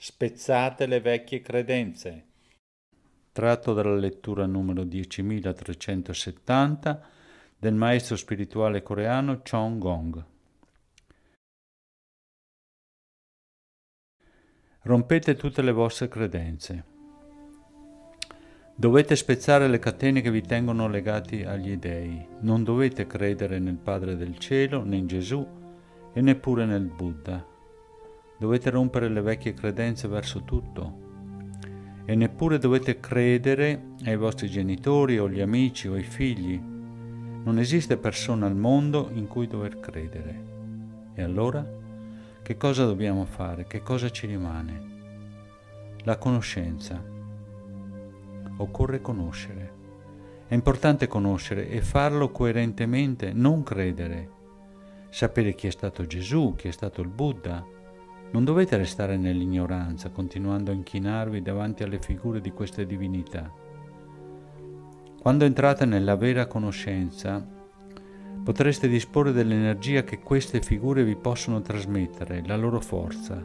Spezzate le vecchie credenze. Tratto dalla lettura numero 10.370 del maestro spirituale coreano Chon Gong. Rompete tutte le vostre credenze. Dovete spezzare le catene che vi tengono legati agli dèi. Non dovete credere nel Padre del Cielo, né in Gesù e neppure nel Buddha. Dovete rompere le vecchie credenze verso tutto. E neppure dovete credere ai vostri genitori o agli amici o ai figli. Non esiste persona al mondo in cui dover credere. E allora? Che cosa dobbiamo fare? Che cosa ci rimane? La conoscenza. Occorre conoscere. È importante conoscere e farlo coerentemente, non credere. Sapere chi è stato Gesù, chi è stato il Buddha. Non dovete restare nell'ignoranza, continuando a inchinarvi davanti alle figure di queste divinità. Quando entrate nella vera conoscenza, potreste disporre dell'energia che queste figure vi possono trasmettere, la loro forza.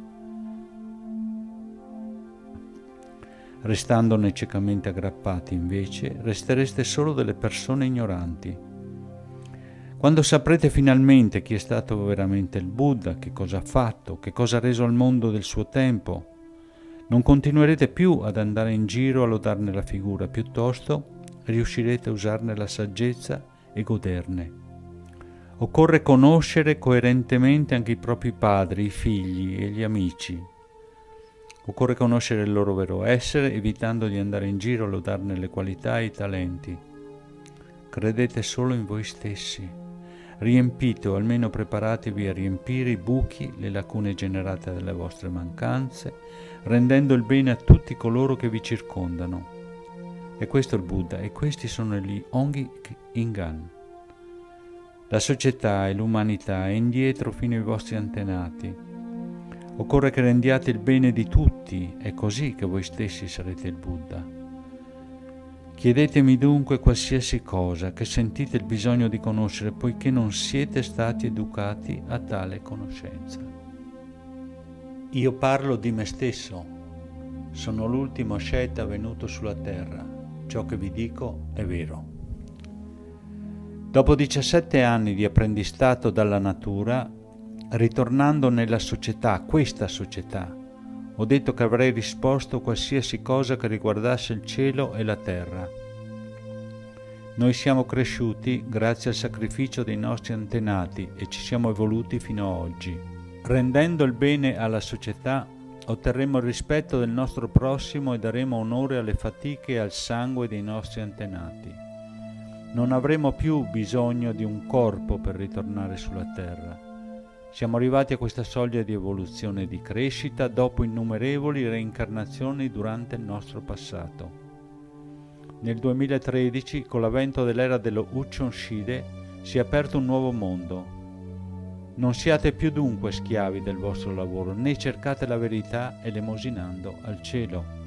Restandone ciecamente aggrappati, invece, restereste solo delle persone ignoranti. Quando saprete finalmente chi è stato veramente il Buddha, che cosa ha fatto, che cosa ha reso al mondo del suo tempo, non continuerete più ad andare in giro a lodarne la figura, piuttosto riuscirete a usarne la saggezza e goderne. Occorre conoscere coerentemente anche i propri padri, i figli e gli amici. Occorre conoscere il loro vero essere, evitando di andare in giro a lodarne le qualità e i talenti. Credete solo in voi stessi. Riempite o almeno preparatevi a riempire i buchi, le lacune generate dalle vostre mancanze, rendendo il bene a tutti coloro che vi circondano. E questo è il Buddha, e questi sono gli Ongi Ingan. La società e l'umanità è indietro fino ai vostri antenati. Occorre che rendiate il bene di tutti, è così che voi stessi sarete il Buddha. Chiedetemi dunque qualsiasi cosa che sentite il bisogno di conoscere, poiché non siete stati educati a tale conoscenza. Io parlo di me stesso. Sono l'ultimo asceta venuto sulla terra. Ciò che vi dico è vero. Dopo 17 anni di apprendistato dalla natura, ritornando nella società, questa società, ho detto che avrei risposto qualsiasi cosa che riguardasse il cielo e la terra. Noi siamo cresciuti grazie al sacrificio dei nostri antenati e ci siamo evoluti fino ad oggi. Rendendo il bene alla società, otterremo il rispetto del nostro prossimo e daremo onore alle fatiche e al sangue dei nostri antenati. Non avremo più bisogno di un corpo per ritornare sulla terra. Siamo arrivati a questa soglia di evoluzione e di crescita dopo innumerevoli reincarnazioni durante il nostro passato. Nel 2013, con l'avvento dell'era dello Uchon Shide, si è aperto un nuovo mondo. Non siate più dunque schiavi del vostro lavoro, né cercate la verità elemosinando al cielo.